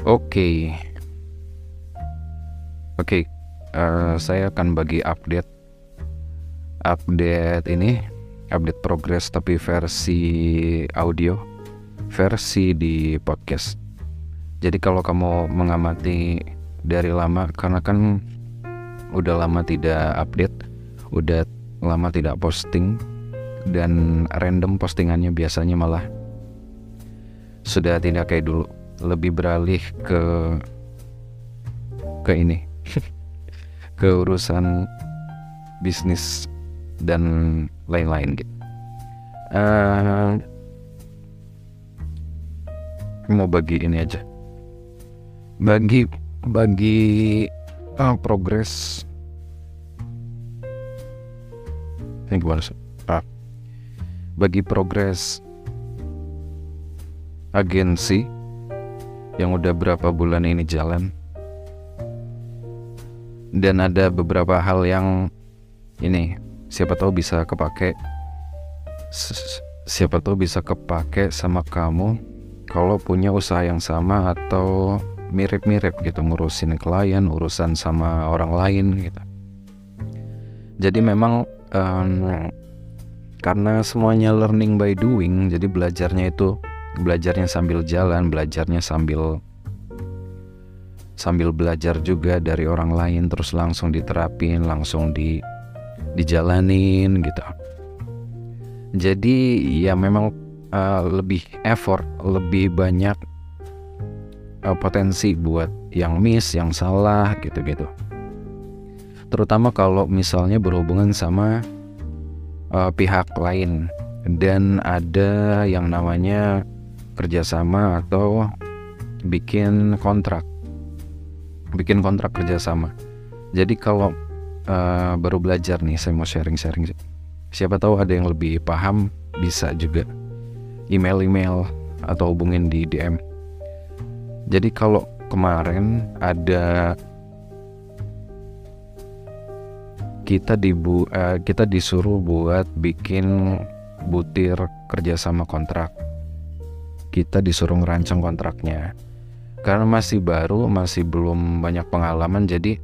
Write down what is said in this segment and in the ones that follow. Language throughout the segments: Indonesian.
Oke, oke. Saya akan bagi update progres tapi versi audio, versi di podcast. Jadi kalau kamu mengamati dari lama, karena kan udah lama tidak update, udah lama tidak posting, dan random postingannya biasanya malah sudah tidak kayak dulu, lebih beralih ke ini ke urusan bisnis dan lain-lain gitu. Mau bagi ini aja, bagi progres ini gimana sih? Bagi progres agensi yang udah berapa bulan ini jalan, dan ada beberapa hal yang ini siapa tahu bisa kepake sama kamu kalau punya usaha yang sama atau mirip-mirip gitu, ngurusin klien, urusan sama orang lain gitu. Jadi memang karena semuanya learning by doing, jadi belajarnya sambil jalan, belajarnya sambil belajar juga dari orang lain, terus langsung diterapin, langsung dijalanin gitu. Jadi ya memang lebih effort, lebih banyak potensi buat yang miss, yang salah gitu-gitu. Terutama kalau misalnya berhubungan sama pihak lain dan ada yang namanya kerjasama atau bikin kontrak kerjasama. Jadi kalau baru belajar nih, saya mau sharing. Siapa tahu ada yang lebih paham, bisa juga email atau hubungin di DM. Jadi kalau kemarin ada kita disuruh buat bikin butir kerjasama kontrak. Kita disuruh ngerancang kontraknya. Karena masih baru, masih belum banyak pengalaman, jadi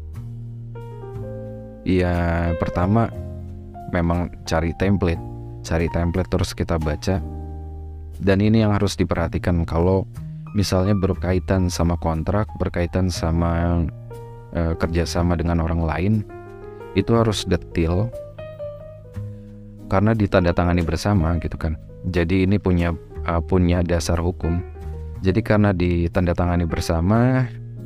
ya pertama memang cari template terus kita baca. Dan ini yang harus diperhatikan kalau misalnya berkaitan sama kontrak, berkaitan sama kerjasama dengan orang lain, itu harus detail karena ditandatangani bersama gitu kan. Jadi ini punya dasar hukum. Jadi karena ditandatangani bersama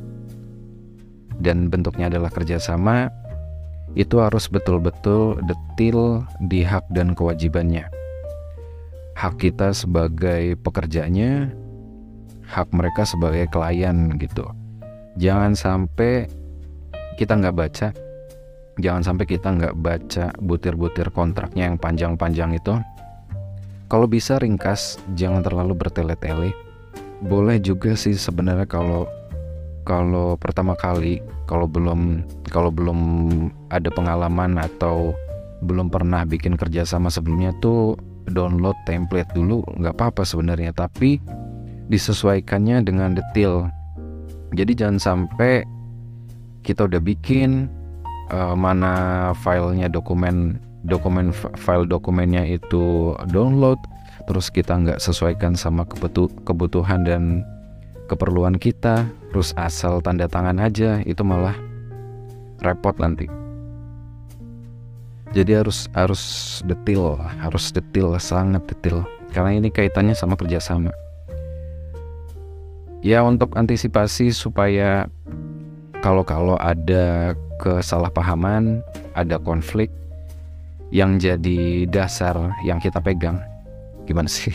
dan bentuknya adalah kerjasama, itu harus betul-betul detail di hak dan kewajibannya. Hak kita sebagai pekerjanya, hak mereka sebagai klien gitu. Jangan sampai kita nggak baca butir-butir kontraknya yang panjang-panjang itu. Kalau bisa ringkas, jangan terlalu bertele-tele. Boleh juga sih sebenarnya kalau pertama kali, kalau belum ada pengalaman atau belum pernah bikin kerjasama sebelumnya tuh download template dulu, nggak apa-apa sebenarnya, tapi disesuaikannya dengan detail. Jadi jangan sampai kita udah bikin mana filenya file dokumennya itu download, terus kita nggak sesuaikan sama kebutuhan dan keperluan kita, terus asal tanda tangan aja, itu malah repot nanti. Jadi harus detail, sangat detail, karena ini kaitannya sama kerjasama. Ya untuk antisipasi supaya kalau ada kesalahpahaman, ada konflik yang jadi dasar yang kita pegang. Gimana sih?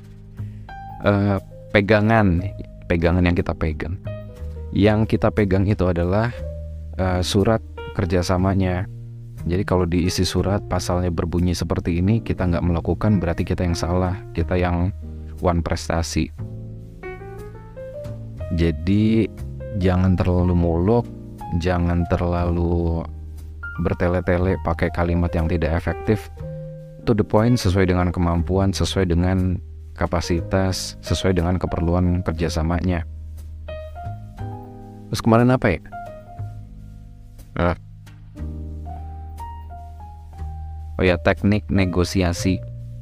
Pegangan yang kita pegang. Yang kita pegang itu adalah surat kerjasamanya. Jadi kalau diisi surat pasalnya berbunyi seperti ini, kita nggak melakukan, berarti kita yang salah, kita yang one prestasi. Jadi jangan terlalu muluk, jangan terlalu bertele-tele pakai kalimat yang tidak efektif. To the point, sesuai dengan kemampuan, sesuai dengan kapasitas, sesuai dengan keperluan kerjasamanya. Terus kemarin apa ya? Ah, oh ya, teknik negosiasi.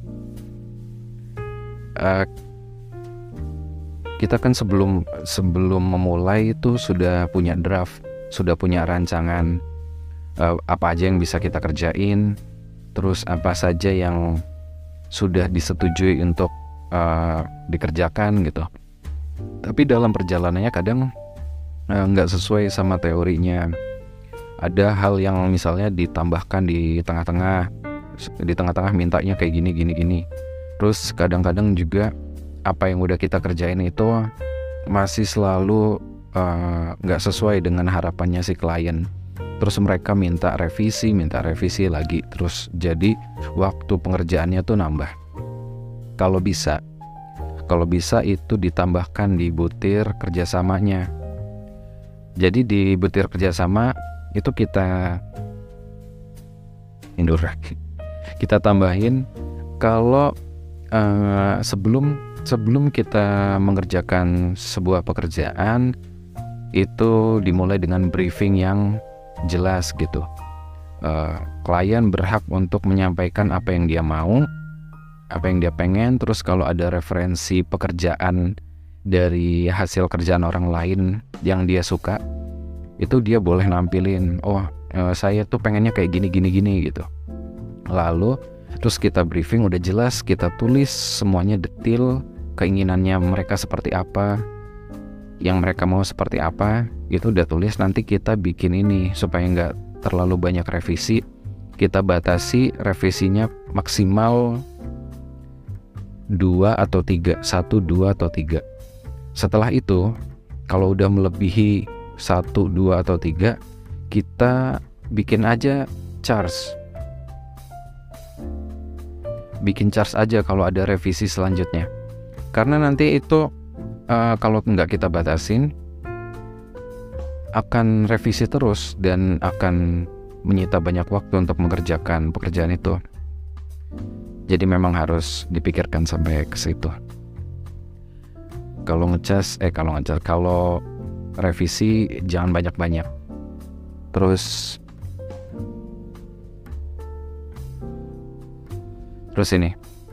Eh, kita kan sebelum memulai itu sudah punya draft, sudah punya rancangan, apa aja yang bisa kita kerjain, terus apa saja yang sudah disetujui untuk dikerjakan gitu. Tapi dalam perjalanannya kadang nggak sesuai sama teorinya. Ada hal yang misalnya ditambahkan di tengah-tengah mintanya kayak gini. Terus kadang-kadang juga apa yang udah kita kerjain itu masih selalu nggak sesuai dengan harapannya si klien. Terus mereka minta revisi lagi. Terus jadi waktu pengerjaannya tuh nambah. Kalau bisa itu ditambahkan di butir kerjasamanya. Jadi di butir kerjasama itu kita tambahin kalau sebelum kita mengerjakan sebuah pekerjaan itu dimulai dengan briefing yang jelas gitu. Klien berhak untuk menyampaikan apa yang dia mau, apa yang dia pengen. Terus kalau ada referensi pekerjaan dari hasil kerjaan orang lain yang dia suka, itu dia boleh nampilin, saya tuh pengennya kayak gini gitu. Lalu terus kita briefing udah jelas, kita tulis semuanya detail, keinginannya mereka seperti apa, yang mereka mau seperti apa, itu udah tulis. Nanti kita bikin ini supaya nggak terlalu banyak revisi, kita batasi revisinya maksimal 1, 2 atau 3. Setelah itu kalau udah melebihi 1, 2 atau 3, kita bikin aja charge aja kalau ada revisi selanjutnya. Karena nanti itu kalau nggak kita batasin akan revisi terus dan akan menyita banyak waktu untuk mengerjakan pekerjaan itu. Jadi memang harus dipikirkan sampai ke situ. Kalau revisi jangan banyak-banyak. Terus ini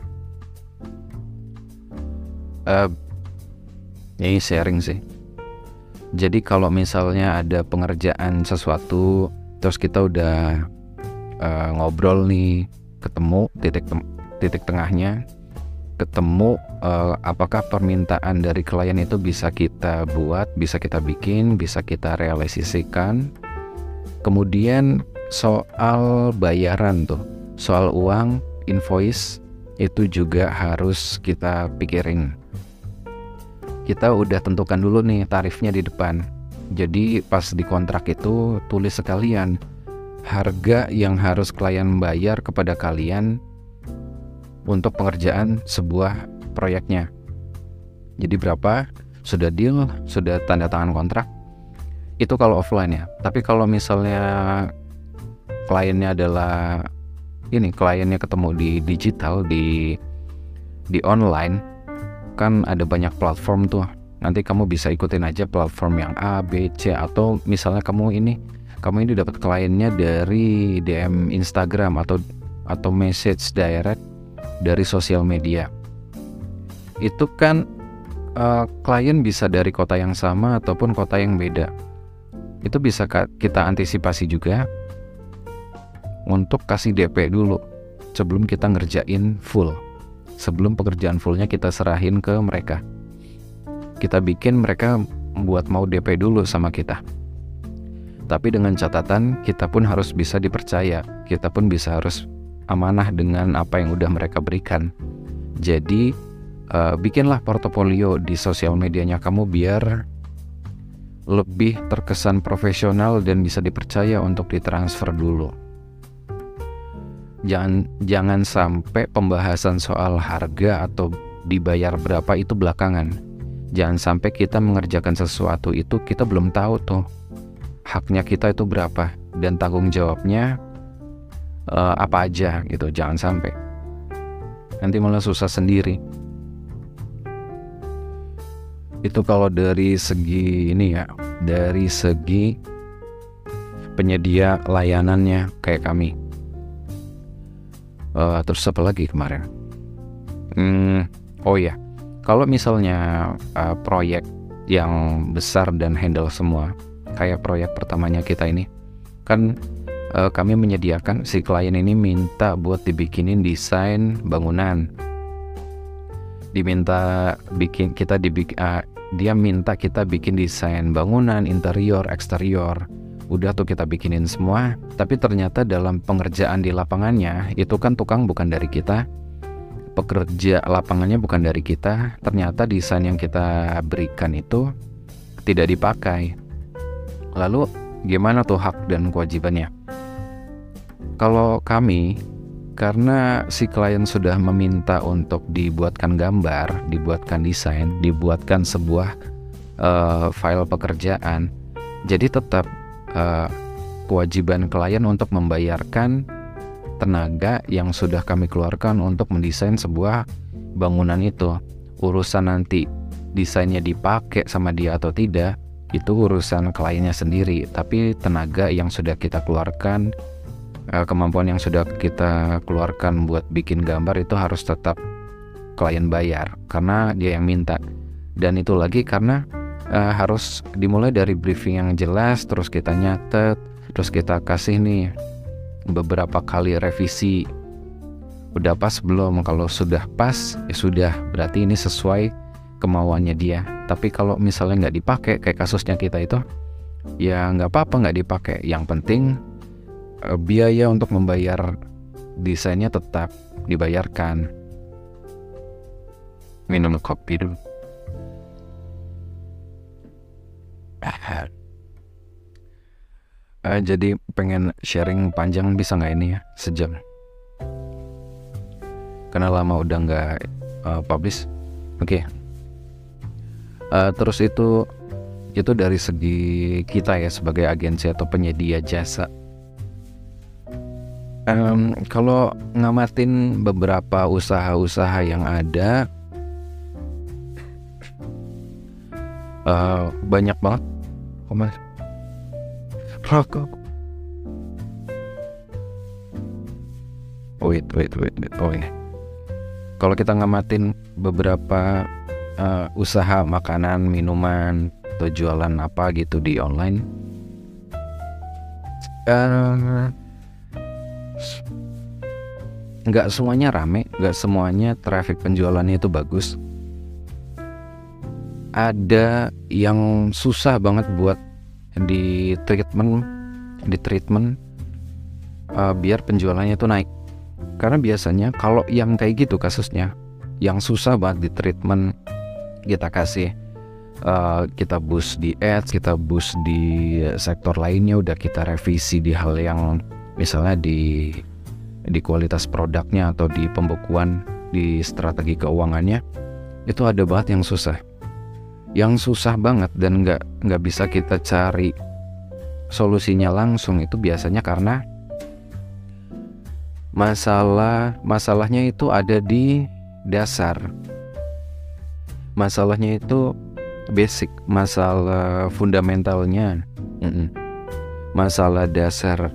ini sharing sih. Jadi kalau misalnya ada pengerjaan sesuatu, terus kita udah ngobrol nih, ketemu titik tengahnya, ketemu apakah permintaan dari klien itu bisa kita buat, bisa kita bikin, bisa kita realisasikan. Kemudian soal bayaran tuh, soal uang, invoice, itu juga harus kita pikirin. Kita udah tentukan dulu nih tarifnya di depan. Jadi pas di kontrak itu tulis sekalian harga yang harus klien bayar kepada kalian untuk pengerjaan sebuah proyeknya. Jadi berapa, sudah deal, sudah tanda tangan kontrak. Itu kalau offline ya. Tapi kalau misalnya kliennya adalah kliennya ketemu di digital, di online, kan ada banyak platform tuh. Nanti kamu bisa ikutin aja platform yang A, B, C, atau misalnya kamu ini dapat kliennya dari DM Instagram atau message direct dari sosial media. Itu kan klien bisa dari kota yang sama ataupun kota yang beda. Itu bisa kita antisipasi juga untuk kasih DP dulu sebelum kita ngerjain full. Sebelum pekerjaan fullnya kita serahin ke mereka, kita bikin mereka buat mau DP dulu sama kita. Tapi dengan catatan kita pun harus bisa dipercaya, kita pun bisa harus amanah dengan apa yang udah mereka berikan. Jadi bikinlah portofolio di sosial medianya kamu biar lebih terkesan profesional dan bisa dipercaya untuk ditransfer dulu. Jangan sampai pembahasan soal harga atau dibayar berapa itu belakangan. Jangan sampai kita mengerjakan sesuatu itu kita belum tahu tuh haknya kita itu berapa dan tanggung jawabnya apa aja gitu. Jangan sampai nanti malah susah sendiri. Itu kalau dari segi ini ya, dari segi penyedia layanannya kayak kami. Terus apa lagi kemarin? Oh ya, kalau misalnya proyek yang besar dan handle semua, kayak proyek pertamanya kita ini, kan kami menyediakan, si klien ini minta buat dibikinin desain bangunan, dia minta kita bikin desain bangunan, interior, eksterior. Udah tuh kita bikinin semua, tapi ternyata dalam pengerjaan di lapangannya itu kan tukang bukan dari kita, pekerja lapangannya bukan dari kita. Ternyata desain yang kita berikan itu tidak dipakai. Lalu gimana tuh hak dan kewajibannya? Kalau kami, karena si klien sudah meminta untuk dibuatkan gambar, dibuatkan desain, dibuatkan sebuah file pekerjaan, jadi tetap kewajiban klien untuk membayarkan tenaga yang sudah kami keluarkan untuk mendesain sebuah bangunan itu. Urusan nanti desainnya dipakai sama dia atau tidak, itu urusan kliennya sendiri. Tapi tenaga yang sudah kita keluarkan, kemampuan yang sudah kita keluarkan buat bikin gambar itu harus tetap klien bayar, karena dia yang minta. Dan itu lagi karena harus dimulai dari briefing yang jelas, terus kita nyatet, terus kita kasih nih beberapa kali revisi. Udah pas belum? Kalau sudah pas, ya sudah, berarti ini sesuai kemauannya dia. Tapi kalau misalnya nggak dipakai, kayak kasusnya kita itu, ya nggak apa-apa nggak dipakai. Yang penting biaya untuk membayar desainnya tetap dibayarkan. Minum kopi dulu. Jadi pengen sharing panjang, bisa nggak ini ya, sejam? Karena lama udah nggak publish. Oke. Terus itu dari segi kita ya sebagai agensi atau penyedia jasa. Kalau ngamatin beberapa usaha-usaha yang ada, banyak banget. Rokok. Wait. Oh ini. Kalau kita ngamatin beberapa usaha makanan, minuman, atau jualan apa gitu di online, nggak semuanya rame, nggak semuanya traffic penjualannya itu bagus. Ada yang susah banget buat di treatment biar penjualannya itu naik. Karena biasanya kalau yang kayak gitu kasusnya, yang susah banget di treatment, kita kasih kita boost di ads, kita boost di sektor lainnya, udah kita revisi di hal yang misalnya di kualitas produknya atau di pembukuan, di strategi keuangannya, itu ada banget yang susah banget dan nggak bisa kita cari solusinya langsung. Itu biasanya karena masalahnya itu ada di dasar, masalahnya itu basic, masalah fundamentalnya, masalah dasar.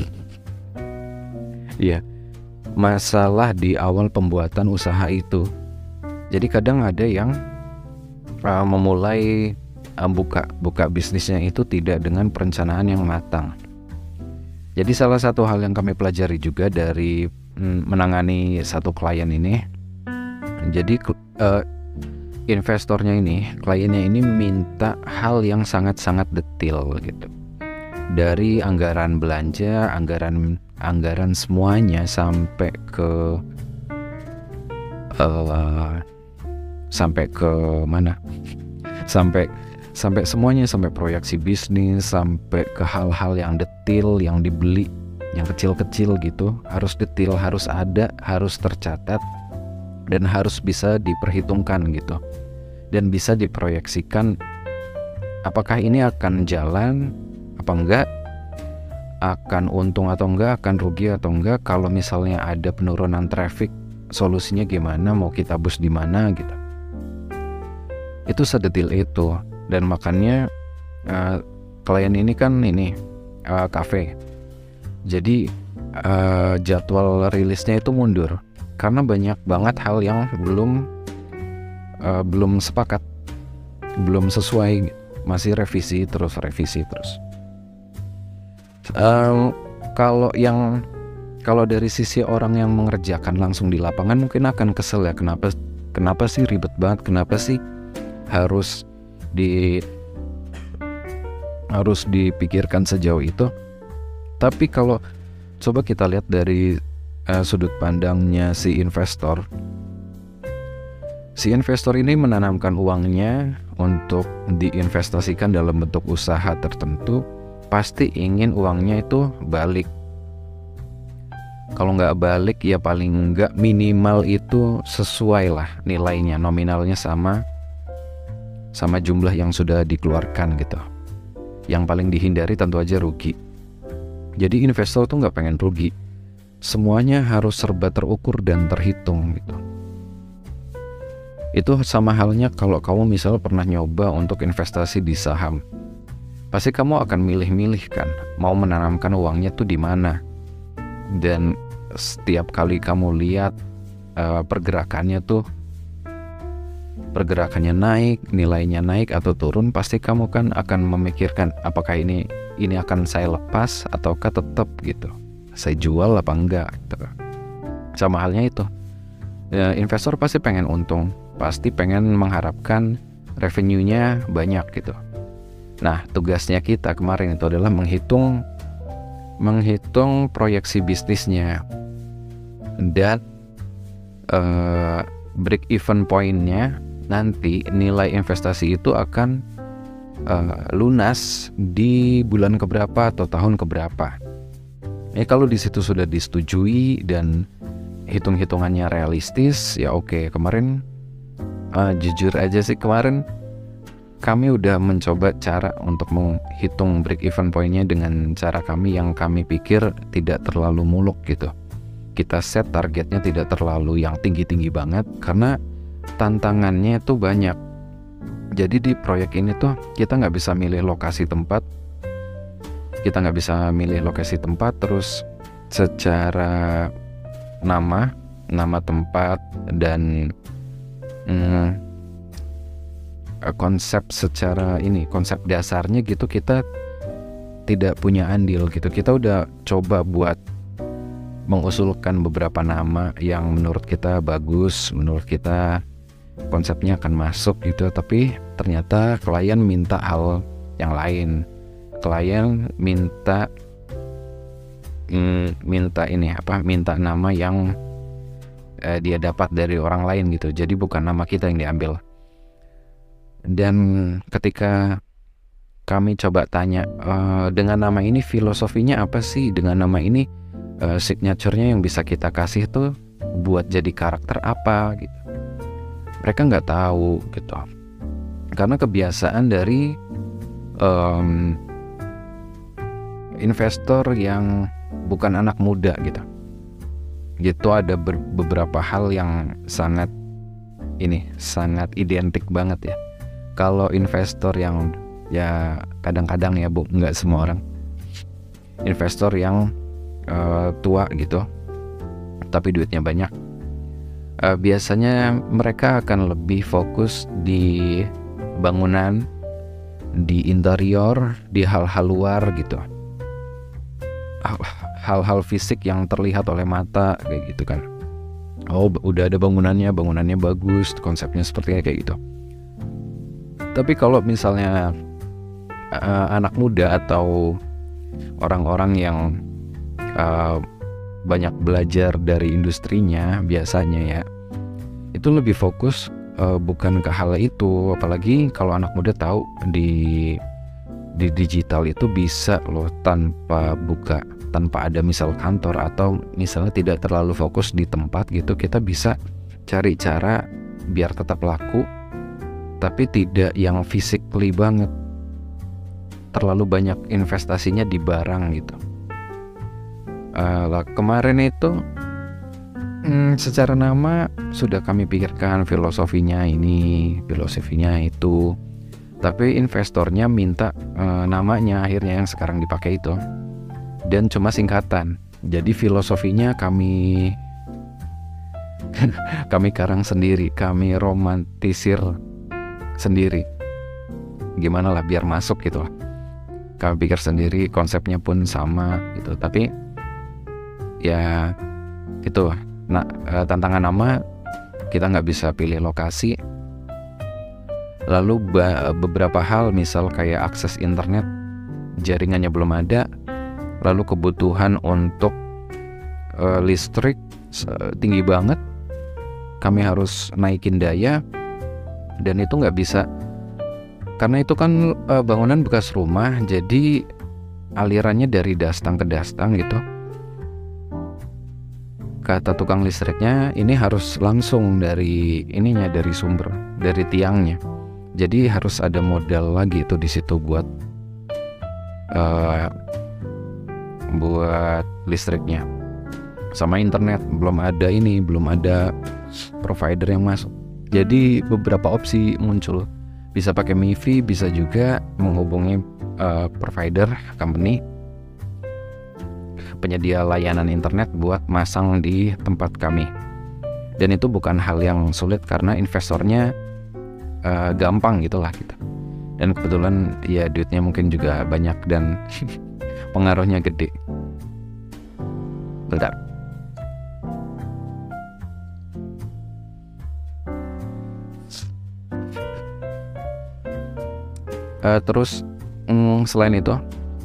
Iya, masalah di awal pembuatan usaha itu. Jadi kadang ada yang memulai buka bisnisnya itu tidak dengan perencanaan yang matang. Jadi salah satu hal yang kami pelajari juga dari menangani satu klien ini, jadi investornya ini, kliennya ini minta hal yang sangat-sangat detail gitu. Dari anggaran belanja, anggaran semuanya sampai ke mana? Sampai semuanya, sampai proyeksi bisnis, sampai ke hal-hal yang detail yang dibeli, yang kecil-kecil gitu, harus detail, harus ada, harus tercatat, dan harus bisa diperhitungkan gitu, dan bisa diproyeksikan apakah ini akan jalan apa enggak, akan untung atau enggak, akan rugi atau enggak. Kalau misalnya ada penurunan traffic, solusinya gimana, mau kita boost di mana gitu. Itu sedetil itu. Dan makanya klien ini kan kafe. Jadi jadwal rilisnya itu mundur karena banyak banget hal yang belum sepakat, belum sesuai, masih revisi terus. Kalau dari sisi orang yang mengerjakan langsung di lapangan mungkin akan kesel ya, kenapa sih ribet banget, kenapa sih harus dipikirkan sejauh itu. Tapi kalau coba kita lihat dari sudut pandangnya si investor ini menanamkan uangnya untuk diinvestasikan dalam bentuk usaha tertentu, pasti ingin uangnya itu balik. Kalau nggak balik ya paling nggak minimal itu sesuai lah nilainya, nominalnya sama jumlah yang sudah dikeluarkan gitu. Yang paling dihindari tentu aja rugi. Jadi investor tuh nggak pengen rugi, semuanya harus serba terukur dan terhitung gitu. Itu sama halnya kalau kamu misalnya pernah nyoba untuk investasi di saham, pasti kamu akan milih-milih kan, mau menanamkan uangnya tuh di mana. Dan setiap kali kamu lihat pergerakannya naik, nilainya naik atau turun, pasti kamu kan akan memikirkan apakah ini akan saya lepas ataukah tetap gitu, saya jual apa enggak gitu. Sama halnya itu, investor pasti pengen untung, pasti pengen mengharapkan revenue-nya banyak gitu. Nah, tugasnya kita kemarin itu adalah menghitung proyeksi bisnisnya dan break even point-nya, nanti nilai investasi itu akan lunas di bulan keberapa atau tahun keberapa. Kalau di situ sudah disetujui dan hitung-hitungannya realistis, ya oke. Kemarin jujur aja sih, kemarin kami udah mencoba cara untuk menghitung break even point-nya dengan cara kami yang kami pikir tidak terlalu muluk gitu. Kita set targetnya tidak terlalu yang tinggi-tinggi banget karena tantangannya tuh banyak. Jadi di proyek ini tuh kita nggak bisa milih lokasi tempat, terus secara nama tempat dan konsep dasarnya gitu kita tidak punya andil gitu. Kita udah coba buat mengusulkan beberapa nama yang menurut kita bagus, menurut kita konsepnya akan masuk gitu, tapi ternyata klien minta hal yang lain. Klien minta nama yang dia dapat dari orang lain gitu, jadi bukan nama kita yang diambil. Dan ketika kami coba tanya, dengan nama ini filosofinya apa sih, dengan nama ini signature-nya yang bisa kita kasih tuh buat jadi karakter apa gitu, mereka nggak tahu gitu, karena kebiasaan dari investor yang bukan anak muda gitu. Ada beberapa hal yang sangat identik banget ya. Kalau investor yang ya kadang-kadang ya nggak semua orang, investor yang tua gitu tapi duitnya banyak, biasanya mereka akan lebih fokus di bangunan, di interior, di hal-hal luar gitu, hal-hal fisik yang terlihat oleh mata kayak gitu kan. Udah ada bangunannya bagus, konsepnya seperti kayak gitu. Tapi kalau misalnya anak muda atau orang-orang yang banyak belajar dari industrinya, biasanya ya itu lebih fokus bukan ke hal itu. Apalagi kalau anak muda tahu di digital itu bisa loh tanpa ada misal kantor, atau misalnya tidak terlalu fokus di tempat gitu, kita bisa cari cara biar tetap laku tapi tidak yang physically banget, terlalu banyak investasinya di barang gitu. Kemarin itu Secara nama sudah kami pikirkan filosofinya ini, filosofinya itu. Tapi investornya minta namanya akhirnya yang sekarang dipakai itu. Dan cuma singkatan. Jadi filosofinya kami kami karang sendiri, kami romantisir sendiri. Gimana lah biar masuk gitu lah. Kami pikir sendiri, konsepnya pun sama gitu. Tapi ya itu. Nah, tantangan nama kita nggak bisa pilih lokasi. Lalu beberapa hal misal kayak akses internet jaringannya belum ada. Lalu kebutuhan untuk listrik tinggi banget. Kami harus naikin daya dan itu nggak bisa karena itu kan bangunan bekas rumah, jadi alirannya dari dastang ke dastang gitu. Kata tukang listriknya ini harus langsung dari ininya, dari sumber, dari tiangnya. Jadi harus ada modal lagi itu di situ buat listriknya. Sama internet belum ada provider yang masuk. Jadi beberapa opsi muncul. Bisa pakai MiFi, bisa juga menghubungi provider company penyedia layanan internet buat masang di tempat kami. Dan itu bukan hal yang sulit karena investornya gampang gitulah gitu. Dan kebetulan ya duitnya mungkin juga banyak dan pengaruhnya gede. Bentar. Terus selain itu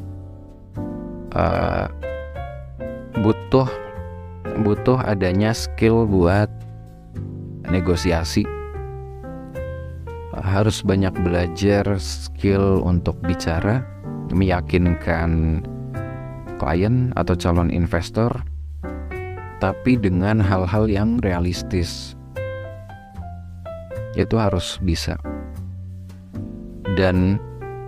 butuh adanya skill buat negosiasi. Harus banyak belajar skill untuk bicara, meyakinkan klien atau calon investor, tapi dengan hal-hal yang realistis. Itu harus bisa. Dan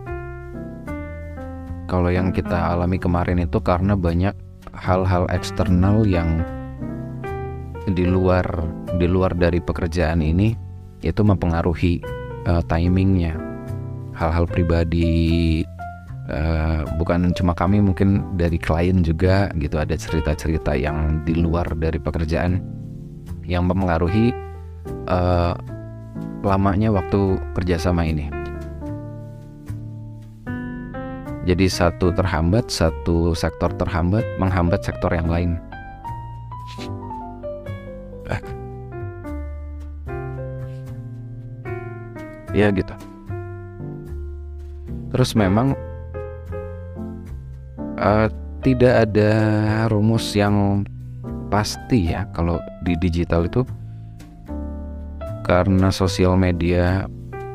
kalau yang kita alami kemarin itu karena banyak hal-hal eksternal yang di luar dari pekerjaan ini, itu mempengaruhi timingnya. Hal-hal pribadi, bukan cuma kami, mungkin dari klien juga gitu. Ada cerita-cerita yang di luar dari pekerjaan yang mempengaruhi lamanya waktu kerjasama ini. Jadi satu sektor terhambat menghambat sektor yang lain. Ya gitu. Terus memang tidak ada rumus yang pasti ya kalau di digital itu, karena sosial media,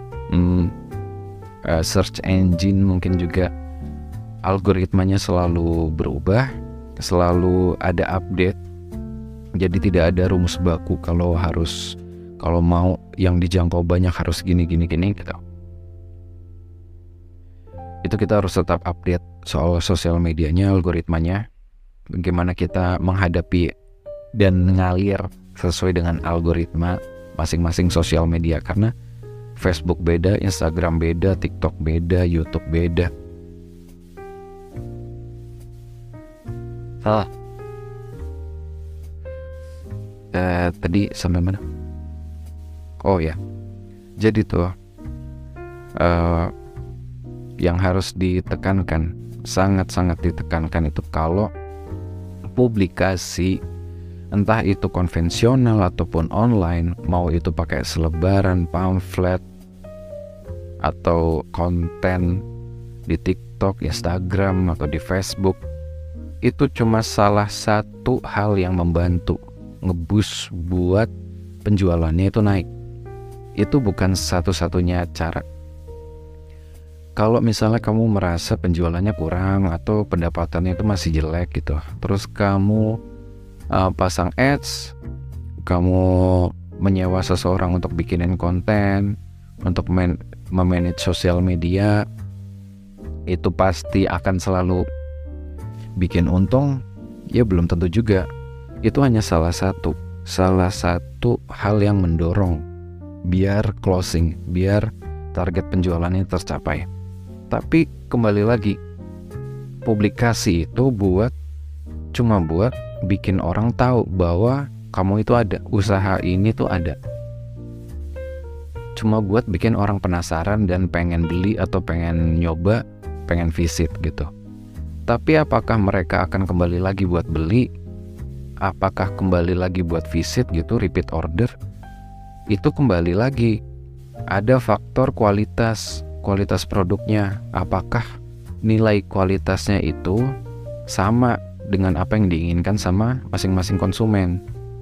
search engine mungkin juga algoritmanya selalu berubah, selalu ada update. Jadi tidak ada rumus baku kalau mau yang dijangkau banyak harus gini gitu. Itu kita harus tetap update soal sosial medianya, algoritmanya, bagaimana kita menghadapi dan ngalir sesuai dengan algoritma masing-masing sosial media. Karena Facebook beda, Instagram beda, TikTok beda, YouTube beda. Salah. Tadi sampai mana? Oh ya, jadi tuh yang harus ditekankan, sangat-sangat ditekankan itu kalau publikasi, entah itu konvensional ataupun online, mau itu pakai selebaran, pamflet, atau konten di TikTok, Instagram, atau di Facebook, itu cuma salah satu hal yang membantu ngeboost buat penjualannya itu naik. Itu bukan satu-satunya cara. Kalau misalnya kamu merasa penjualannya kurang atau pendapatannya itu masih jelek gitu, terus kamu pasang ads, kamu menyewa seseorang untuk bikinin konten, untuk memanage sosial media, itu pasti akan selalu bikin untung? Ya belum tentu juga. Itu hanya salah satu salah satu hal yang mendorong biar closing, biar target penjualannya tercapai. Tapi kembali lagi, publikasi itu cuma buat bikin orang tahu bahwa kamu itu ada, usaha ini tuh ada. Cuma buat bikin orang penasaran dan pengen beli atau pengen nyoba, pengen visit gitu. Tapi apakah mereka akan kembali lagi buat beli? Apakah kembali lagi buat visit gitu, repeat order? Itu kembali lagi ada faktor kualitas produknya. Apakah nilai kualitasnya itu sama dengan apa yang diinginkan sama masing-masing konsumen?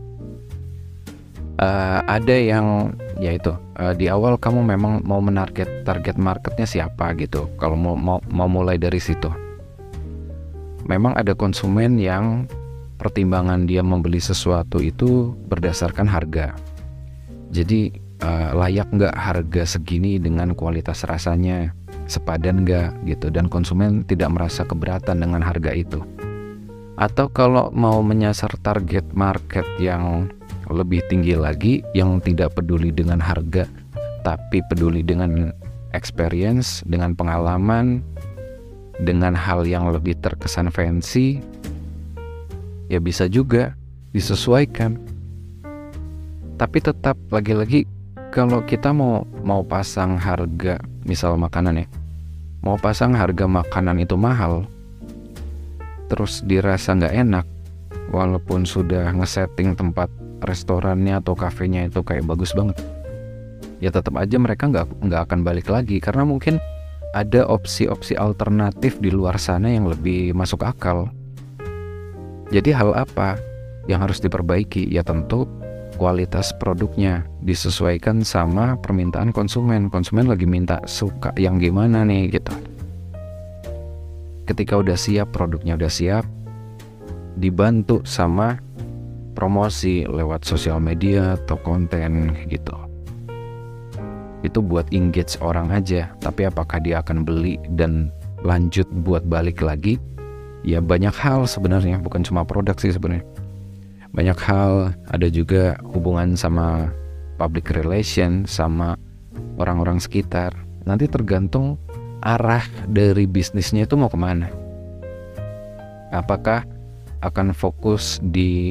Ada yang yaitu di awal kamu memang mau target marketnya siapa gitu. Kalau mau mulai dari situ, memang ada konsumen yang pertimbangan dia membeli sesuatu itu berdasarkan harga. Jadi layak nggak harga segini dengan kualitas rasanya, sepadan nggak gitu, dan konsumen tidak merasa keberatan dengan harga itu. Atau kalau mau menyasar target market yang lebih tinggi lagi, yang tidak peduli dengan harga tapi peduli dengan experience, dengan pengalaman, dengan hal yang lebih terkesan fancy, ya bisa juga disesuaikan. Tapi tetap lagi-lagi, kalau kita mau pasang harga, misal makanan ya, mau pasang harga makanan itu mahal, terus dirasa nggak enak, walaupun sudah ngesetting tempat restorannya atau kafenya itu kayak bagus banget, ya tetap aja mereka nggak akan balik lagi, karena mungkin ada opsi-opsi alternatif di luar sana yang lebih masuk akal. Jadi hal apa yang harus diperbaiki? Ya tentu kualitas produknya disesuaikan sama permintaan konsumen. Konsumen lagi minta suka yang gimana nih gitu. Ketika udah siap, produknya udah siap, dibantu sama promosi lewat sosial media atau konten gitu. Itu buat engage orang aja. Tapi apakah dia akan beli dan lanjut buat balik lagi? Ya banyak hal sebenarnya, bukan cuma produk sih sebenarnya. Banyak hal, ada juga hubungan sama public relation, sama orang-orang sekitar. Nanti tergantung arah dari bisnisnya itu mau kemana. Apakah akan fokus di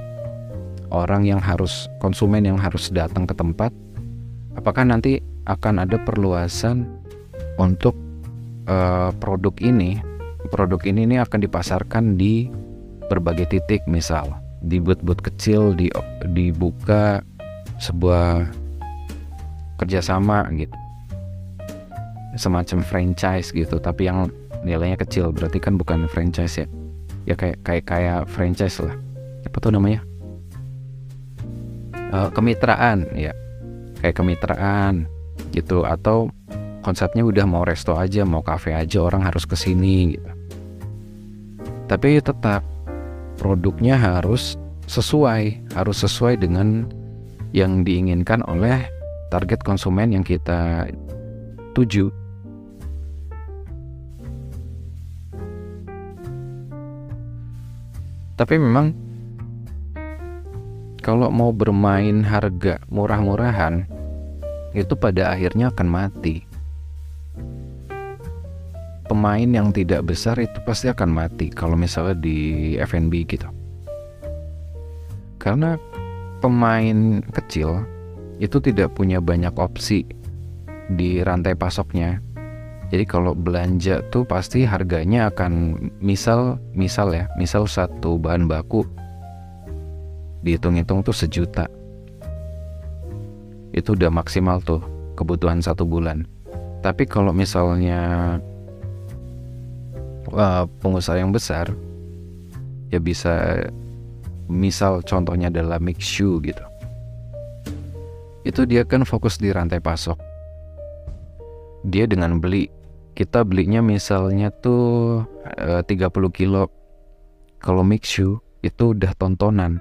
konsumen yang harus datang ke tempat? Apakah nanti akan ada perluasan untuk produk ini nih akan dipasarkan di berbagai titik, misal di booth-booth kecil, dibuka sebuah kerjasama gitu, semacam franchise gitu, tapi yang nilainya kecil, berarti kan bukan franchise ya, ya kayak franchise lah, apa tuh namanya, kemitraan ya, kayak kemitraan gitu. Atau konsepnya udah mau resto aja, mau cafe aja, orang harus kesini gitu. Tapi tetap produknya harus sesuai dengan yang diinginkan oleh target konsumen yang kita tuju. Tapi memang kalau mau bermain harga murah-murahan, itu pada akhirnya akan mati. Pemain yang tidak besar itu pasti akan mati kalau misalnya di F&B gitu. Karena pemain kecil itu tidak punya banyak opsi di rantai pasoknya. Jadi kalau belanja tuh pasti harganya akan misal satu bahan baku dihitung-hitung tuh 1 juta. Itu udah maksimal tuh kebutuhan 1 bulan. Tapi kalau misalnya pengusaha yang besar, ya bisa, misal contohnya adalah mix shoe gitu, itu dia kan fokus di rantai pasok. Dia dengan kita belinya misalnya tuh 30 kilo. Kalau mix shoe itu udah tontonan.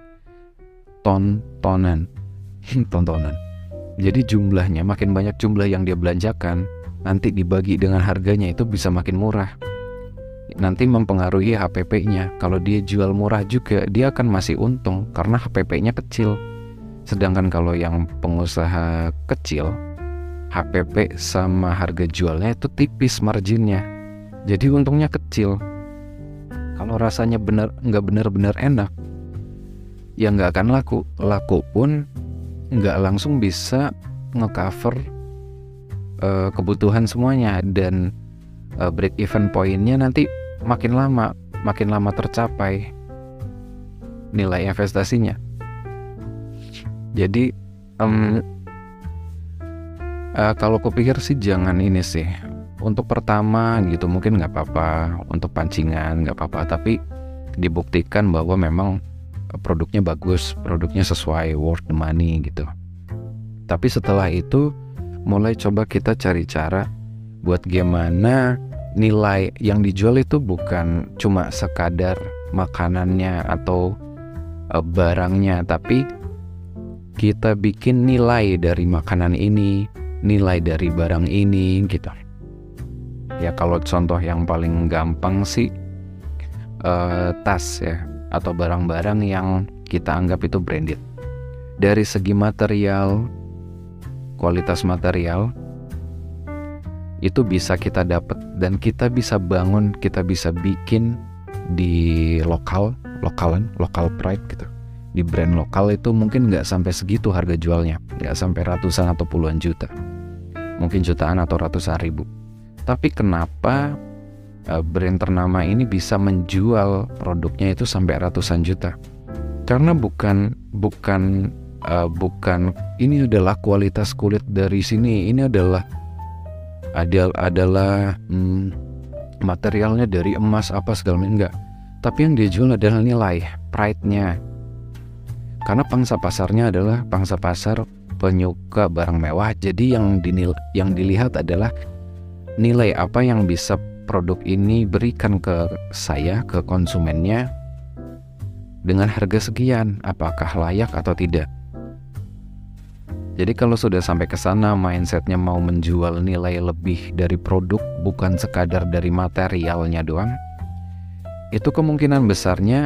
Jadi jumlahnya, makin banyak jumlah yang dia belanjakan, nanti dibagi dengan harganya itu bisa makin murah. nanti mempengaruhi HPP-nya. Kalau dia jual murah juga, dia akan masih untung karena HPP-nya kecil. Sedangkan kalau yang pengusaha kecil, HPP sama harga jualnya itu tipis marginnya, jadi untungnya kecil. Kalau rasanya nggak benar-benar enak, ya nggak akan laku. Laku pun nggak langsung bisa ngecover kebutuhan semuanya, dan break even pointnya nanti makin lama tercapai nilai investasinya. Jadi kalau kupikir sih jangan ini sih. Untuk pertama gitu mungkin nggak apa-apa, untuk pancingan nggak apa-apa, tapi dibuktikan bahwa memang produknya bagus, produknya sesuai, worth the money gitu. Tapi setelah itu mulai coba kita cari cara buat gimana nilai yang dijual itu bukan cuma sekadar makanannya atau barangnya, tapi kita bikin nilai dari makanan ini, nilai dari barang ini gitu. Ya kalau contoh yang paling gampang sih tas ya, atau barang-barang yang kita anggap itu branded. Dari segi material, kualitas material itu bisa kita dapat dan kita bisa bangun, kita bisa bikin di local pride gitu. Di brand lokal itu mungkin nggak sampai segitu harga jualnya, nggak sampai ratusan atau puluhan juta, mungkin jutaan atau ratusan ribu. Tapi kenapa brand ternama ini bisa menjual produknya itu sampai ratusan juta? Karena bukan ini adalah kualitas kulit dari sini, ini adalah materialnya dari emas apa segala macam, enggak. Tapi yang dijual adalah nilai, pride-nya. Karena pangsa pasarnya adalah pangsa pasar penyuka barang mewah, jadi yang dilihat adalah nilai apa yang bisa produk ini berikan ke saya, ke konsumennya dengan harga sekian, apakah layak atau tidak. Jadi kalau sudah sampai ke sana, mindsetnya mau menjual nilai lebih dari produk, bukan sekadar dari materialnya doang, itu kemungkinan besarnya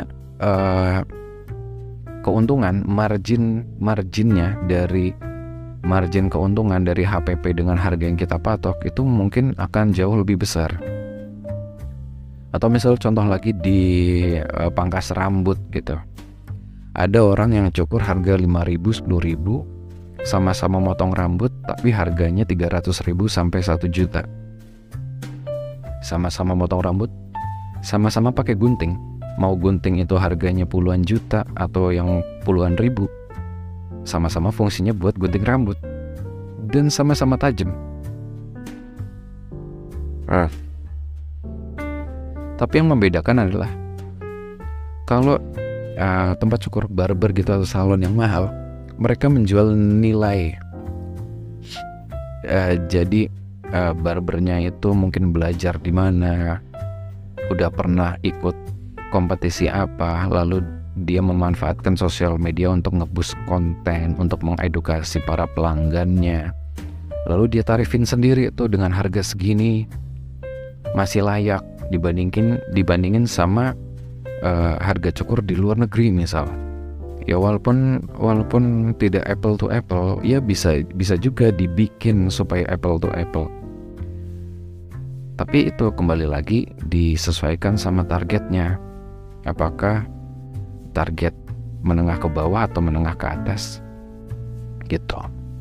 keuntungan marginnya dari margin keuntungan dari HPP dengan harga yang kita patok itu mungkin akan jauh lebih besar. Atau misal contoh lagi di pangkas rambut gitu, ada orang yang cukur harga 5.000, 10.000, sama-sama motong rambut tapi harganya 300.000 sampai 1 juta. Sama-sama motong rambut, sama-sama pakai gunting. Mau gunting itu harganya puluhan juta atau yang puluhan ribu, sama-sama fungsinya buat gunting rambut dan sama-sama tajam. Tapi yang membedakan adalah kalau tempat cukur, barber gitu atau salon yang mahal, mereka menjual nilai. Jadi barbernya itu mungkin belajar di mana, udah pernah ikut kompetisi apa, lalu dia memanfaatkan sosial media untuk nge-boost konten, untuk mengedukasi para pelanggannya. Lalu dia tarifin sendiri tuh dengan harga segini, masih layak dibandingin sama harga cukur di luar negeri misal. Ya walaupun tidak apple to apple, ya bisa juga dibikin supaya apple to apple. Tapi itu kembali lagi disesuaikan sama targetnya. Apakah target menengah ke bawah atau menengah ke atas gitu.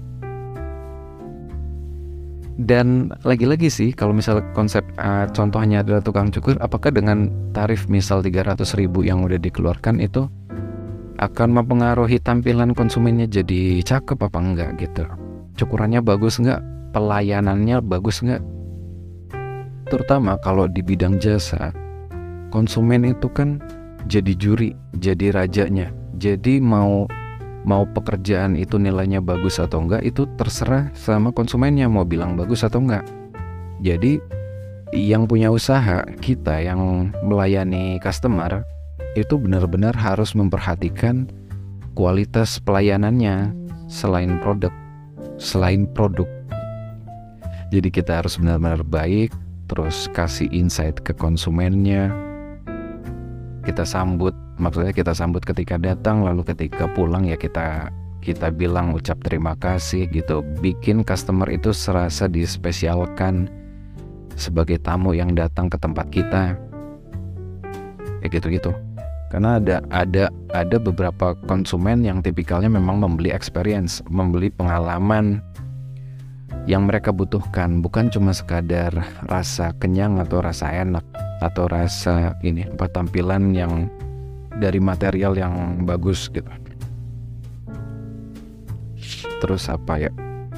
Dan lagi-lagi sih kalau misal konsep contohnya adalah tukang cukur, apakah dengan tarif misal 300.000 yang udah dikeluarkan itu akan mempengaruhi tampilan konsumennya jadi cakep apa enggak gitu. Cukurannya bagus enggak, pelayanannya bagus enggak. Terutama kalau di bidang jasa, konsumen itu kan jadi juri, jadi rajanya. Jadi mau pekerjaan itu nilainya bagus atau enggak itu terserah sama konsumennya mau bilang bagus atau enggak. Jadi yang punya usaha, kita yang melayani customer itu benar-benar harus memperhatikan kualitas pelayanannya selain produk. Jadi kita harus benar-benar baik, terus kasih insight ke konsumennya. Kita sambut, maksudnya kita sambut ketika datang, lalu ketika pulang ya kita bilang ucap terima kasih gitu. Bikin customer itu serasa dispesialkan sebagai tamu yang datang ke tempat kita. Ya gitu-gitu. Karena ada beberapa konsumen yang tipikalnya memang membeli experience, membeli pengalaman yang mereka butuhkan, bukan cuma sekadar rasa kenyang atau rasa enak atau rasa tampilan yang dari material yang bagus gitu. Terus apa ya?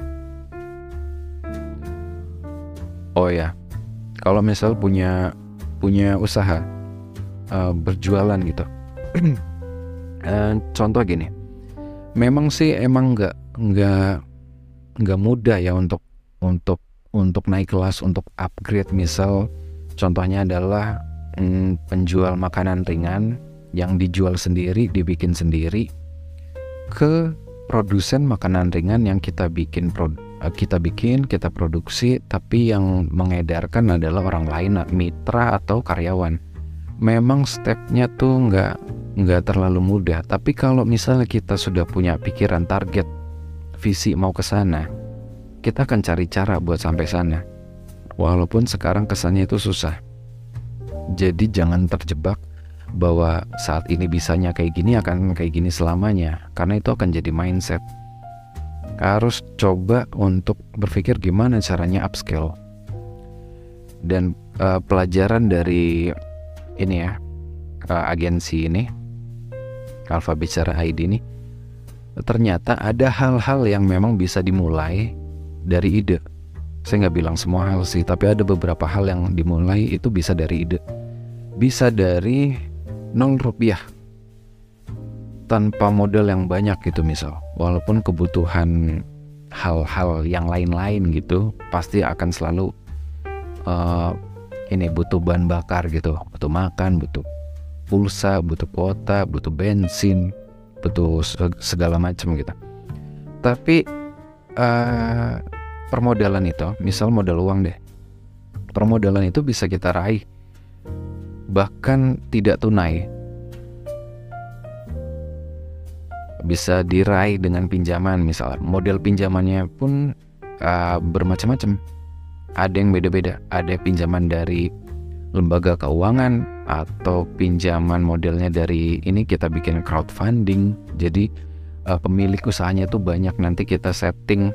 Oh ya, kalau misal punya usaha berjualan gitu. Contoh gini, memang sih emang nggak mudah ya untuk naik kelas, untuk upgrade. Misal contohnya adalah penjual makanan ringan yang dijual sendiri, dibikin sendiri, ke produsen makanan ringan yang kita produksi, tapi yang mengedarkan adalah orang lain, mitra atau karyawan. Memang stepnya tuh nggak terlalu mudah, tapi kalau misalnya kita sudah punya pikiran, target, visi mau ke sana, kita akan cari cara buat sampai sana. Walaupun sekarang kesannya itu susah. Jadi jangan terjebak bahwa saat ini bisanya kayak gini akan kayak gini selamanya, karena itu akan jadi mindset. Harus coba untuk berpikir gimana caranya upscale. Dan pelajaran dari ini ya, agensi ini, Alfa Bicara ID ini, ternyata ada hal-hal yang memang bisa dimulai dari ide. Saya nggak bilang semua hal sih, tapi ada beberapa hal yang dimulai itu bisa dari ide. Bisa dari 0 rupiah, tanpa modal yang banyak gitu misal. Walaupun kebutuhan hal-hal yang lain-lain gitu pasti akan selalu butuh bahan bakar gitu, butuh makan, butuh pulsa, butuh kuota, butuh bensin, butuh segala macam gitu. Tapi permodalan itu, misal modal uang deh, permodalan itu bisa kita raih bahkan tidak tunai, bisa diraih dengan pinjaman. Misalnya model pinjamannya pun bermacam-macam, ada yang beda-beda. Ada pinjaman dari lembaga keuangan, atau pinjaman modelnya dari ini kita bikin crowdfunding. Jadi pemilik usahanya itu banyak, nanti kita setting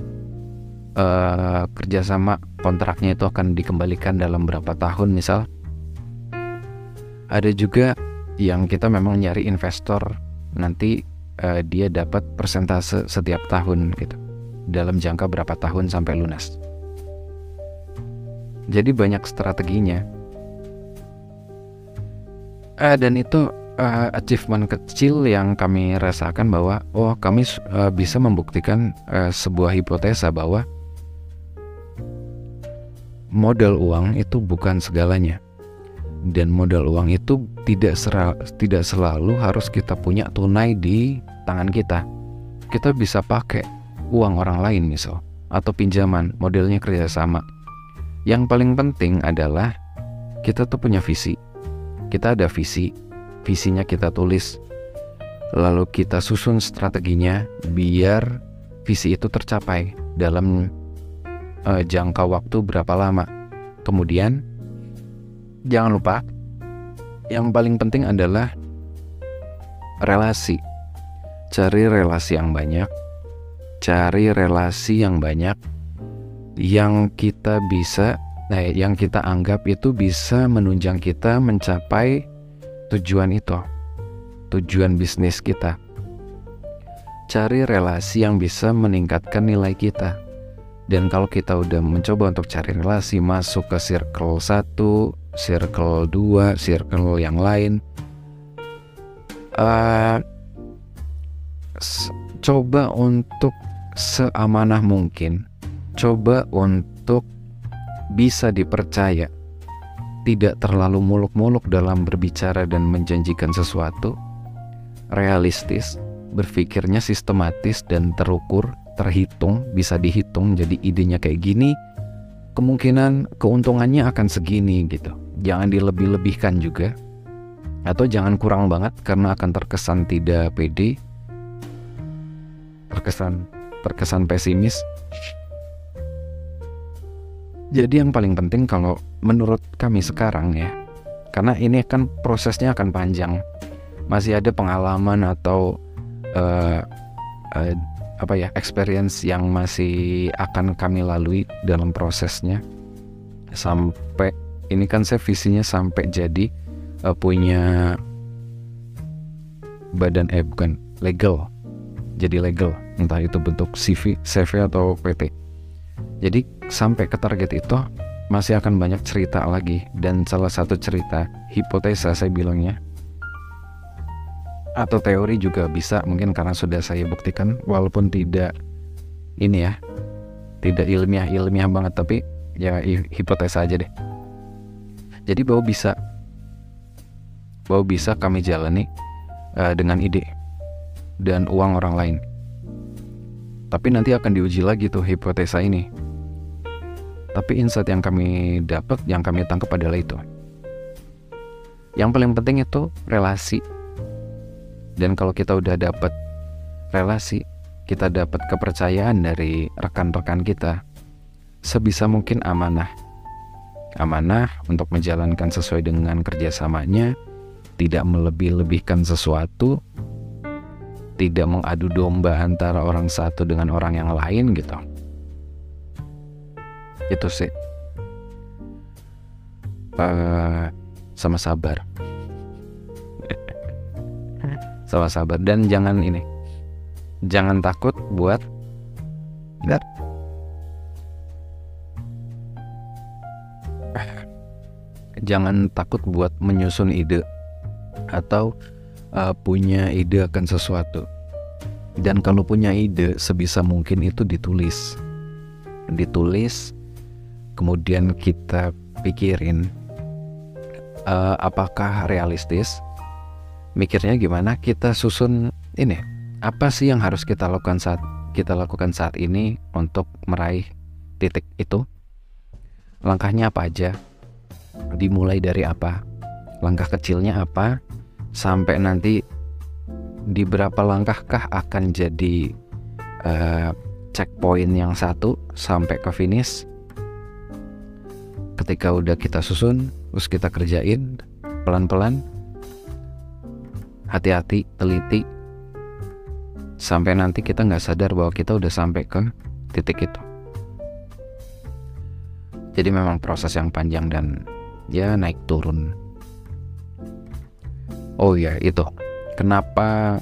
kerjasama, kontraknya itu akan dikembalikan dalam berapa tahun misal. Ada juga yang kita memang nyari investor, nanti dia dapat persentase setiap tahun gitu, dalam jangka berapa tahun sampai lunas. Jadi banyak strateginya. Dan itu achievement kecil yang kami rasakan bahwa kami bisa membuktikan sebuah hipotesa bahwa modal uang itu bukan segalanya. Dan modal uang itu tidak selalu harus kita punya tunai di tangan kita. Kita bisa pakai uang orang lain misal, atau pinjaman, modelnya kerjasama. Yang paling penting adalah kita tuh punya visi. Kita ada visinya kita tulis, lalu kita susun strateginya biar visi itu tercapai dalam jangka waktu berapa lama. Kemudian jangan lupa, yang paling penting adalah relasi. Cari relasi yang banyak, yang kita bisa, yang kita anggap itu bisa menunjang kita mencapai tujuan itu, tujuan bisnis kita. Cari relasi yang bisa meningkatkan nilai kita. Dan kalau kita udah mencoba untuk cari relasi, masuk ke circle 1, circle 2, circle yang lain, coba untuk seamanah mungkin, coba untuk bisa dipercaya, tidak terlalu muluk-muluk dalam berbicara dan menjanjikan sesuatu, realistis, berpikirnya sistematis dan terukur, terhitung, bisa dihitung. Jadi idenya kayak gini, kemungkinan keuntungannya akan segini gitu. Jangan dilebih-lebihkan juga, atau jangan kurang banget karena akan terkesan tidak pede, terkesan pesimis. Jadi yang paling penting kalau menurut kami sekarang ya, karena ini kan prosesnya akan panjang, masih ada pengalaman atau experience yang masih akan kami lalui dalam prosesnya. Sampai ini kan saya visinya sampai jadi punya badan bukan legal, jadi legal, entah itu bentuk CV atau PT. Jadi sampai ke target itu masih akan banyak cerita lagi, dan salah satu cerita hipotesa saya bilangnya, atau teori juga bisa, mungkin karena sudah saya buktikan walaupun tidak ini ya, tidak ilmiah banget, tapi ya hipotesa aja deh. Jadi bahwa bisa kami jalani dengan ide dan uang orang lain. Tapi nanti akan diuji lagi tuh hipotesa ini. Tapi insight yang kami dapat, yang kami tangkap adalah itu. Yang paling penting itu relasi. Dan kalau kita udah dapat relasi, kita dapat kepercayaan dari rekan-rekan kita, sebisa mungkin amanah untuk menjalankan sesuai dengan kerjasamanya, tidak melebih-lebihkan sesuatu, tidak mengadu domba antara orang satu dengan orang yang lain gitu. Itu sih. Sama sabar. Sama sabar, dan jangan takut buat menyusun ide atau punya ide akan sesuatu. Dan kalau punya ide, sebisa mungkin itu ditulis, kemudian kita pikirin apakah realistis. Mikirnya gimana, kita susun ini, apa sih yang harus kita lakukan saat ini untuk meraih titik itu. Langkahnya apa aja, dimulai dari apa, langkah kecilnya apa, sampai nanti di berapa langkahkah akan jadi checkpoint yang satu sampai ke finish. Ketika udah kita susun, terus kita kerjain pelan-pelan, hati-hati, teliti, sampai nanti kita nggak sadar bahwa kita udah sampai ke titik itu. Jadi memang proses yang panjang dan ya naik turun. Oh ya, itu kenapa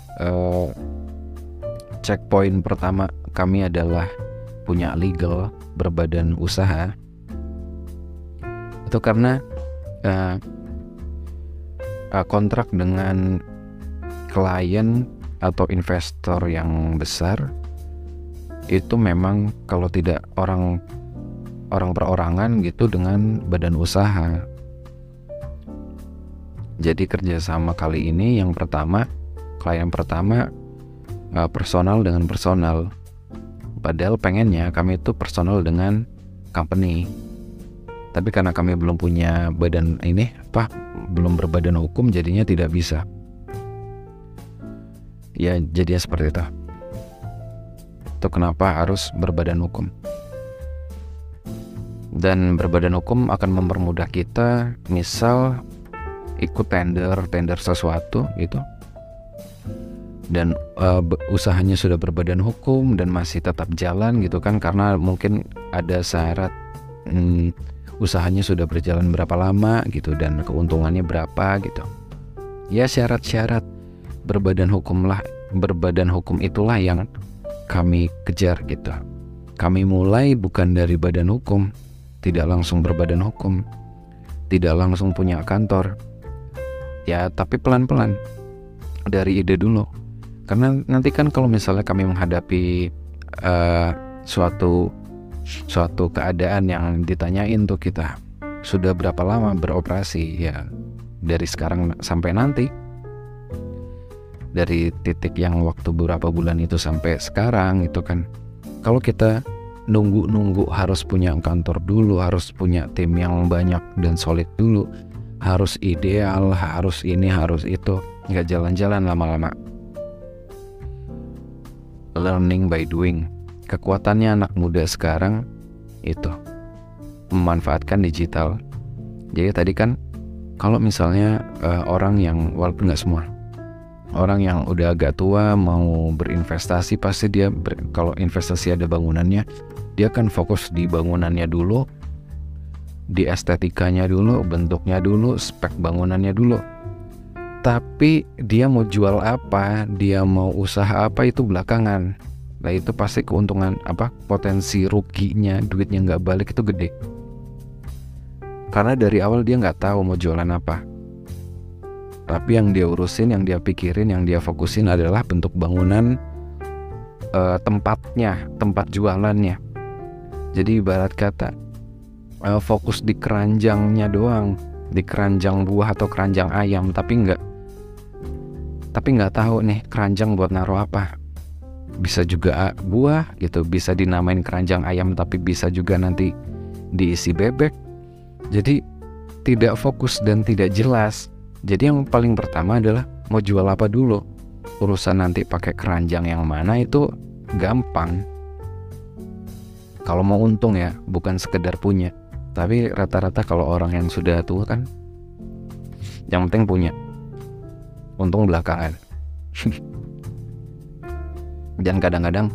checkpoint pertama kami adalah punya legal, berbadan usaha. Itu karena kontrak dengan klien atau investor yang besar itu memang kalau tidak orang perorangan gitu dengan badan usaha. Jadi kerjasama kali ini yang pertama, klien pertama personal dengan personal, padahal pengennya kami itu personal dengan company. Tapi karena kami belum punya badan belum berbadan hukum, jadinya tidak bisa. Ya jadinya seperti itu. Itu kenapa harus berbadan hukum. Dan berbadan hukum akan mempermudah kita, misal ikut tender sesuatu gitu, dan usahanya sudah berbadan hukum dan masih tetap jalan gitu kan, karena mungkin ada syarat usahanya sudah berjalan berapa lama gitu dan keuntungannya berapa gitu. Ya syarat-syarat berbadan hukum itulah yang kami kejar gitu. Kami mulai bukan dari badan hukum, tidak langsung berbadan hukum, tidak langsung punya kantor. Ya tapi pelan-pelan dari ide dulu. Karena nanti kan kalau misalnya kami menghadapi suatu keadaan yang ditanyain tuh kita sudah berapa lama beroperasi, ya dari sekarang sampai nanti, dari titik yang waktu beberapa bulan itu sampai sekarang itu kan, kalau kita nunggu harus punya kantor dulu, harus punya tim yang banyak dan solid dulu, harus ideal, harus ini, harus itu. Nggak jalan-jalan lama-lama. Learning by doing. Kekuatannya anak muda sekarang itu memanfaatkan digital. Jadi tadi kan kalau misalnya orang yang, walaupun nggak semua, orang yang udah agak tua mau berinvestasi, pasti dia kalau investasi ada bangunannya, dia kan fokus di bangunannya dulu, di estetikanya dulu, bentuknya dulu, spek bangunannya dulu. Tapi dia mau jual apa, dia mau usaha apa, itu belakangan. Nah itu pasti keuntungan potensi ruginya, duitnya nggak balik itu gede. Karena dari awal dia nggak tahu mau jualan apa. Tapi yang dia urusin, yang dia pikirin, yang dia fokusin adalah bentuk bangunan, tempatnya, tempat jualannya. Jadi ibarat kata fokus di keranjangnya doang, di keranjang buah atau keranjang ayam, tapi nggak tahu nih keranjang buat naruh apa. Bisa juga buah gitu, bisa dinamain keranjang ayam, tapi bisa juga nanti diisi bebek. Jadi tidak fokus dan tidak jelas. Jadi yang paling pertama adalah mau jual apa dulu. Urusan nanti pakai keranjang yang mana itu gampang. Kalau mau untung ya, bukan sekedar punya. Tapi rata-rata kalau orang yang sudah tua kan, yang penting punya. Untung belakangan. Dan kadang-kadang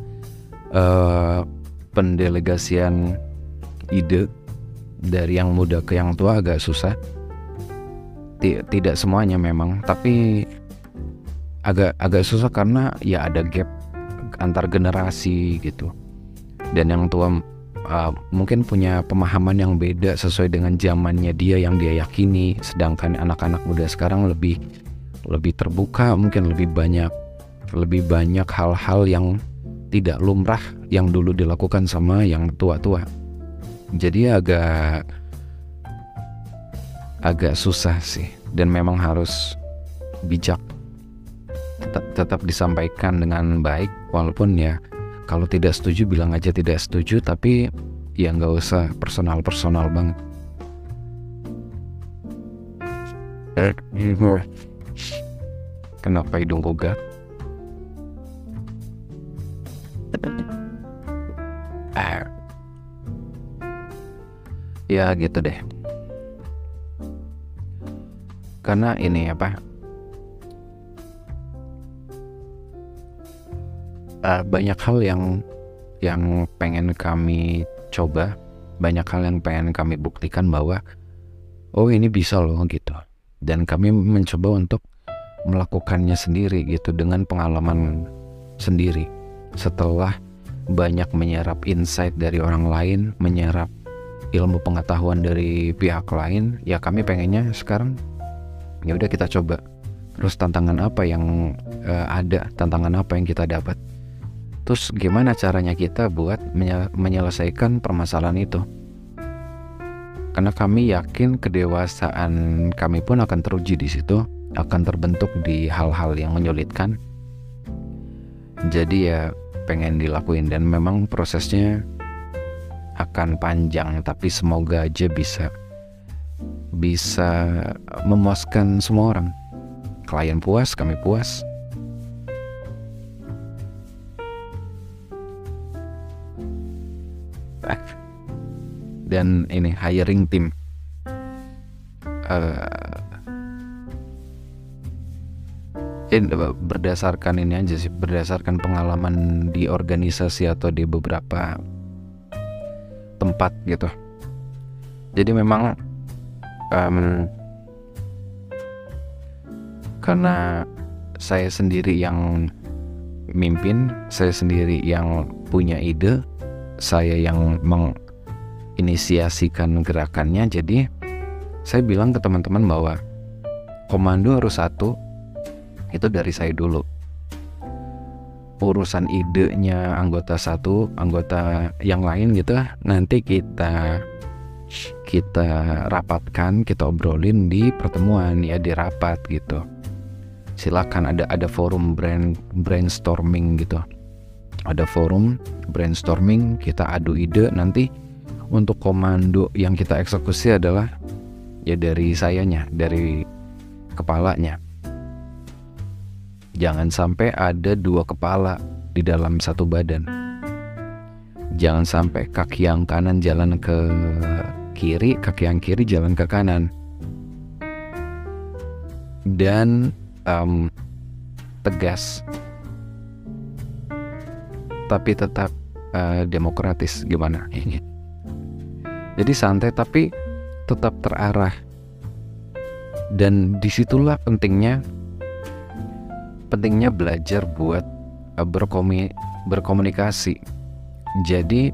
pendelegasian ide dari yang muda ke yang tua agak susah. Tidak semuanya memang, tapi agak susah karena ya ada gap antar generasi gitu. Dan yang tua mungkin punya pemahaman yang beda sesuai dengan zamannya dia yang dia yakini, sedangkan anak-anak muda sekarang lebih terbuka, mungkin lebih banyak hal-hal yang tidak lumrah yang dulu dilakukan sama yang tua-tua. Jadi agak susah sih, dan memang harus bijak, tetap disampaikan dengan baik, walaupun ya kalau tidak setuju bilang aja tidak setuju, tapi ya nggak usah personal banget. Kenapa hidungku gak? Ya gitu deh. Karena ini banyak hal yang pengen kami coba, banyak hal yang pengen kami buktikan bahwa oh ini bisa loh gitu. Dan kami mencoba untuk melakukannya sendiri gitu, dengan pengalaman sendiri. Setelah banyak menyerap insight dari orang lain, menyerap ilmu pengetahuan dari pihak lain, ya kami pengennya sekarang ya udah kita coba. Terus tantangan apa yang ada, tantangan apa yang kita dapat, terus gimana caranya kita buat menyelesaikan permasalahan itu. Karena kami yakin kedewasaan kami pun akan teruji di situ, akan terbentuk di hal-hal yang menyulitkan. Jadi ya pengen dilakuin, dan memang prosesnya akan panjang, tapi semoga aja bisa memuaskan semua orang. Klien puas, kami puas. Dan ini hiring tim, berdasarkan ini aja sih, berdasarkan pengalaman di organisasi atau di beberapa tempat gitu. Jadi memang karena saya sendiri yang mimpin, saya sendiri yang punya ide, saya yang menginisiasikan gerakannya. Jadi saya bilang ke teman-teman bahwa komando harus satu, itu dari saya dulu. Urusan idenya anggota satu, anggota yang lain gitu, nanti kita rapatkan, kita obrolin di pertemuan ya, di rapat gitu. Silakan ada forum brainstorming gitu. ada forum brainstorming, kita adu ide. Nanti untuk komando yang kita eksekusi adalah ya dari sayanya, dari kepalanya. Jangan sampai ada dua kepala di dalam satu badan. Jangan sampai kaki yang kanan jalan ke kiri, kaki yang kiri jalan ke kanan. Dan tegas, tapi tetap demokratis. Gimana? Jadi santai tapi tetap terarah. Dan disitulah pentingnya belajar buat berkomunikasi. Jadi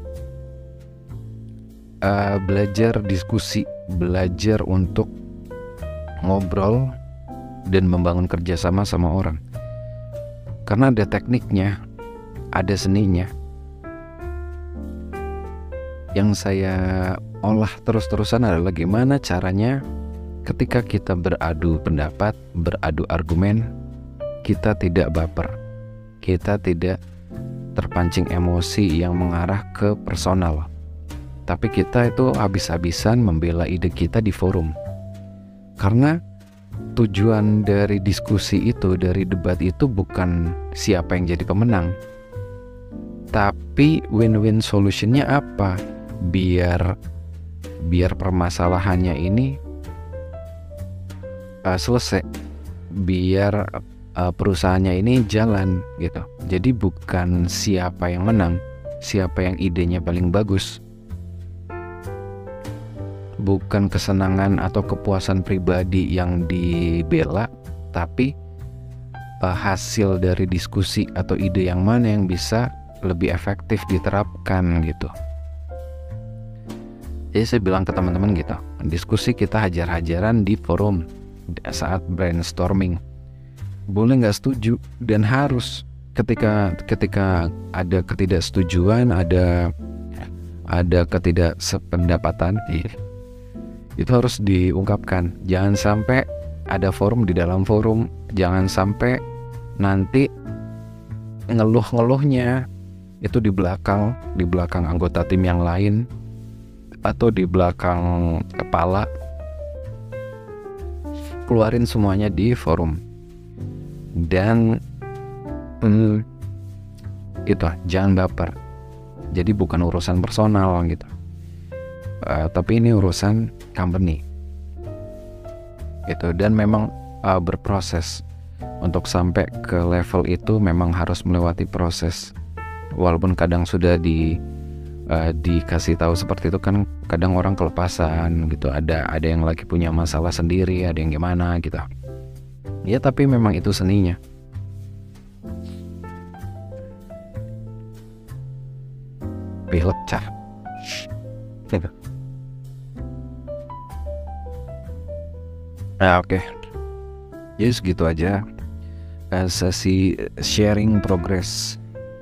belajar diskusi, belajar untuk ngobrol dan membangun kerjasama sama orang. Karena ada tekniknya, ada seninya. Yang saya olah terus-terusan adalah gimana caranya ketika kita beradu pendapat, beradu argumen, kita tidak baper, kita tidak terpancing emosi yang mengarah ke personal, tapi kita itu habis-habisan membela ide kita di forum. Karena tujuan dari diskusi itu, dari debat itu bukan siapa yang jadi pemenang, tapi win-win solutionnya apa? Biar permasalahannya ini selesai, biar perusahaannya ini jalan gitu. Jadi bukan siapa yang menang, siapa yang idenya paling bagus, bukan kesenangan atau kepuasan pribadi yang dibela, tapi hasil dari diskusi atau ide yang mana yang bisa lebih efektif diterapkan gitu. Jadi saya bilang ke teman-teman gitu, diskusi kita hajar-hajaran di forum saat brainstorming. Boleh nggak setuju, dan harus ketika ada ketidaksetujuan, ada ketidaksependapatan, itu harus diungkapkan. Jangan sampai ada forum di dalam forum, jangan sampai nanti ngeluh-ngeluhnya itu di belakang anggota tim yang lain atau di belakang kepala. Keluarin semuanya di forum. Dan itu jangan baper. Jadi bukan urusan personal gitu, tapi ini urusan company itu. Dan memang berproses. Untuk sampai ke level itu memang harus melewati proses. Walaupun kadang sudah dikasih tahu seperti itu kan, kadang orang kelepasan gitu. Ada yang lagi punya masalah sendiri, ada yang gimana gitu. Ya tapi memang itu seninya. Pilek cah. Oke. Jadi segitu aja sesi sharing progress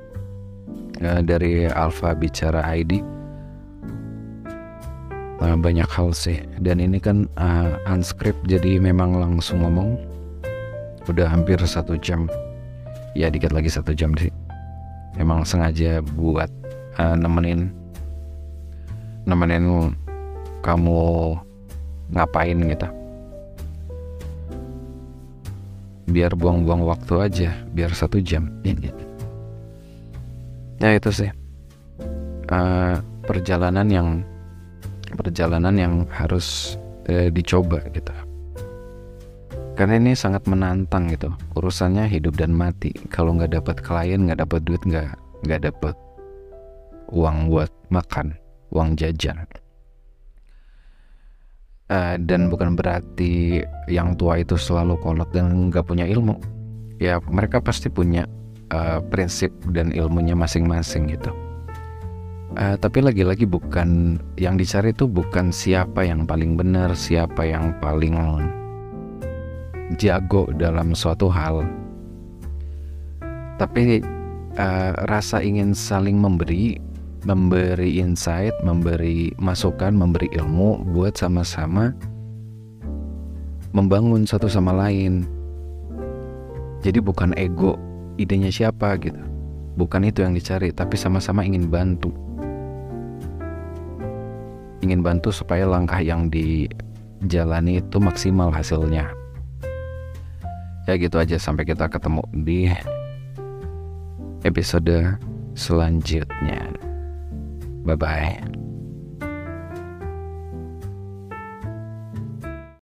dari Alpha Bicara ID. Banyak hal sih, dan ini kan unscript, jadi memang langsung ngomong. Udah hampir 1 jam, ya dikit lagi 1 jam sih. Emang sengaja buat nemenin kamu ngapain gitu, biar buang-buang waktu aja, biar 1 jam. Ya itu sih perjalanan yang harus dicoba gitu. Karena ini sangat menantang gitu. Urusannya hidup dan mati. Kalau nggak dapat klien, nggak dapat duit, nggak dapat uang buat makan, uang jajan. Dan bukan berarti yang tua itu selalu kolot dan nggak punya ilmu. Ya mereka pasti punya prinsip dan ilmunya masing-masing gitu. Tapi lagi-lagi bukan yang dicari itu bukan siapa yang paling benar, siapa yang paling jago dalam suatu hal, tapi rasa ingin saling memberi insight, memberi masukan, memberi ilmu buat sama-sama membangun satu sama lain. Jadi bukan ego idenya siapa gitu, bukan itu yang dicari, tapi sama-sama ingin bantu. Ingin bantu supaya langkah yang dijalani itu maksimal hasilnya. Ya gitu aja, sampai kita ketemu di episode selanjutnya. Bye-bye.